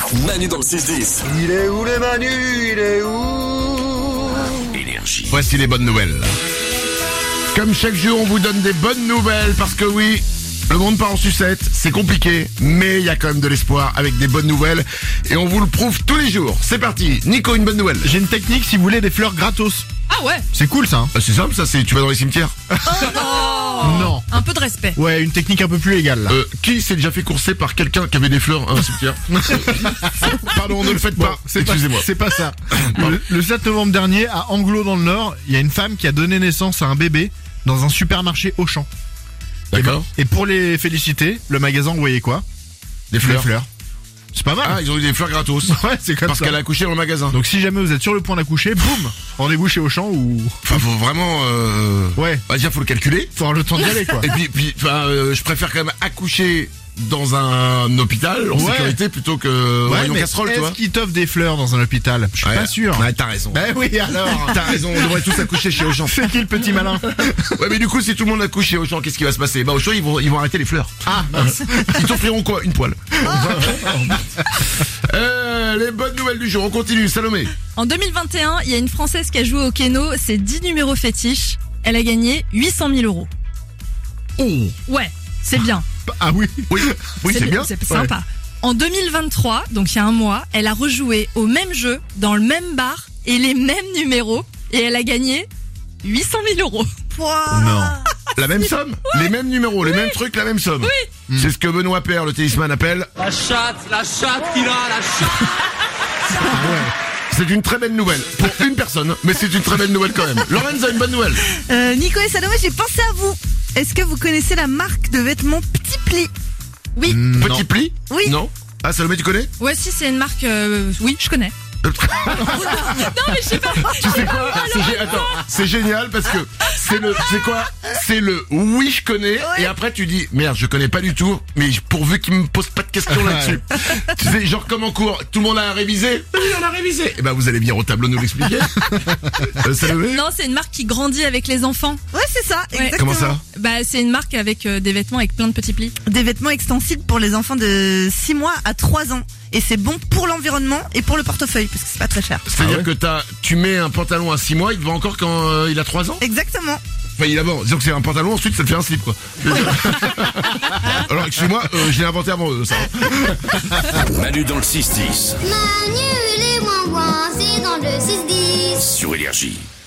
Manu dans le 6-10. Il est où le Manu? Il est où? Énergie. Voici les bonnes nouvelles. Comme chaque jour, on vous donne des bonnes nouvelles parce que oui, le monde part en sucette, c'est compliqué, mais il y a quand même de l'espoir avec des bonnes nouvelles et on vous le prouve tous les jours. C'est parti. Nico, une bonne nouvelle. J'ai une technique si vous voulez des fleurs gratos. Ah ouais. C'est cool ça. Hein. C'est simple, ça c'est tu vas dans les cimetières. Non. Un peu de respect. Ouais, une technique un peu plus légale là. Qui s'est déjà fait courser par quelqu'un qui avait des fleurs à un cimetière? Pardon, ne le faites pas. Excusez-moi. C'est pas ça. Le 7 novembre dernier, à Anglo dans le Nord, il y a une femme qui a donné naissance à un bébé dans un supermarché Auchan. D'accord. Et pour les féliciter, le magasin envoyait quoi? Des fleurs. C'est pas mal. Ah, ils ont eu des fleurs gratos. Ouais, c'est comme Parce ça. qu'elle a accouché dans le magasin. Donc si jamais vous êtes sur le point d'accoucher, boum, rendez-vous chez Auchan ou... Enfin, faut vraiment. Ouais. Bah, déjà, faut le calculer. Faut avoir le temps d'y aller quoi. Et puis, je préfère quand même accoucher dans un hôpital en Ouais. sécurité plutôt que Ouais, rayon mais casserole, tu vois. est-ce qu'ils t'offrent des fleurs dans un hôpital? Je suis pas sûr. Ouais, t'as raison. Ben oui, alors. T'as raison, on devrait tous accoucher chez Auchan. C'est qui le petit malin? Ouais, mais du coup, si tout le monde accouche chez Auchan, qu'est-ce qui va se passer? Bah, Auchan, ils vont arrêter les fleurs. Ah, mince. Ils t'offriront quoi? Une poêle. Les bonnes nouvelles du jour, on continue. Salomé. En 2021, il y a une Française qui a joué au Keno, c'est 10 numéros fétiches. Elle a gagné 800 000 euros. Oh. Ouais, c'est bien. Ah oui. Oui, c'est bien. C'est sympa. En 2023, donc il y a un mois, elle a rejoué au même jeu, dans le même bar et les mêmes numéros. Et elle a gagné 800 000 euros. Non. La même somme, les mêmes numéros, les mêmes trucs, la même somme. Oui. C'est ce que Benoît Père, le tennisman, appelle. La chatte qu'il a, la chatte. C'est une très belle nouvelle. Pour une personne, mais c'est une très belle nouvelle quand même. Lorenz a une bonne nouvelle. Nico et Salomé, j'ai pensé à vous. Est-ce que vous connaissez la marque de vêtements Petit Pli? Oui. Petit pli? Oui. Non. Ah, Salomé, tu connais? Ouais, si c'est une marque, oui, je connais. Non, mais je sais pas. Tu sais quoi? Attends, c'est génial parce que c'est le oui je connais et après tu dis merde je connais pas du tout mais pourvu qu'il me pose pas de questions là-dessus. Tu sais genre comme en cours tout le monde a révisé. Oui on a révisé. Et ben vous allez venir au tableau nous l'expliquer. Salomé? Non, c'est une marque qui grandit avec les enfants. Ouais, c'est ça, Ouais. exactement. Comment ça? Bah, c'est une marque avec des vêtements avec plein de petits plis. Des vêtements extensibles pour les enfants de 6 mois à 3 ans. Et c'est bon pour l'environnement et pour le portefeuille, parce que c'est pas très cher. C'est-à-dire que tu mets un pantalon à 6 mois, il te va encore quand il a 3 ans? Exactement. Enfin, il a bon, disons que c'est un pantalon, ensuite ça te fait un slip, quoi. Alors, excuse-moi, je l'ai inventé avant eux, ça. Manu dans le 6-10. Manu les ouin-ouin, c'est dans le 6-10. Sur Énergie.